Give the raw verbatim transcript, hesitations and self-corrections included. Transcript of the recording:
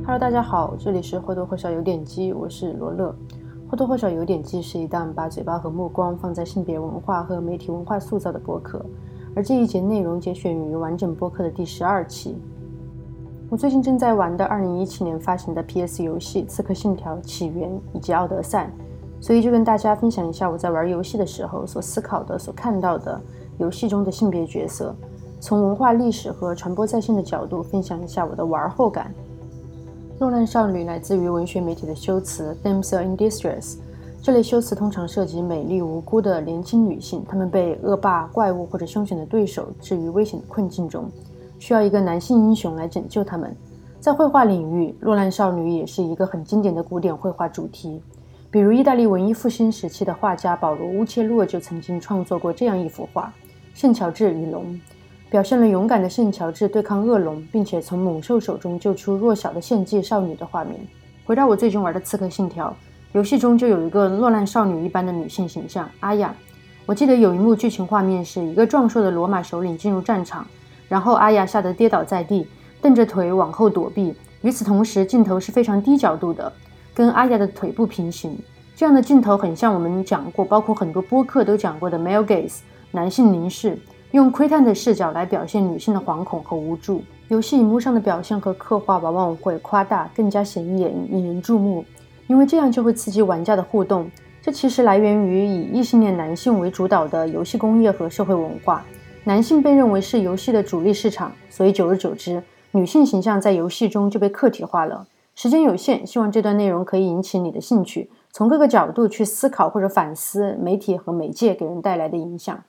Hello， 大家好，这里是或多或少有点鸡，我是罗乐。或多或少有点鸡是一档把嘴巴和目光放在性别文化和媒体文化塑造的播客，而这一节内容节选于完整播客的第十二期。我最近正在玩的二零一七年发行的 P S 游戏《刺客信条：起源》以及《奥德赛》，所以就跟大家分享一下我在玩游戏的时候所思考的、所看到的游戏中的性别角色，从文化历史和传播在线的角度分享一下我的玩后感。落难少女来自于文学媒体的修辞 Damsel in Distress， 这类修辞通常涉及美丽无辜的年轻女性，她们被恶霸、怪物或者凶险的对手置于危险的困境中，需要一个男性英雄来拯救她们。在绘画领域，落难少女也是一个很经典的古典绘画主题，比如意大利文艺复兴时期的画家保罗·乌切洛就曾经创作过这样一幅画《圣乔治与龙》，表现了勇敢的圣乔治对抗恶龙，并且从猛兽手中救出弱小的献祭少女的画面。回到我最近玩的《刺客信条》，游戏中就有一个落难少女一般的女性形象阿雅。我记得有一幕剧情画面是一个壮硕的罗马首领进入战场，然后阿雅吓得跌倒在地，蹬着腿往后躲避，与此同时镜头是非常低角度的，跟阿雅的腿部平行。这样的镜头很像我们讲过，包括很多播客都讲过的 male gaze 男性凝视，用窥探的视角来表现女性的惶恐和无助。游戏荧幕上的表现和刻画往往会夸大，更加显眼，引人注目，因为这样就会刺激玩家的互动。这其实来源于以异性恋男性为主导的游戏工业和社会文化，男性被认为是游戏的主力市场，所以久而久之，女性形象在游戏中就被客体化了。时间有限，希望这段内容可以引起你的兴趣，从各个角度去思考或者反思媒体和媒介给人带来的影响。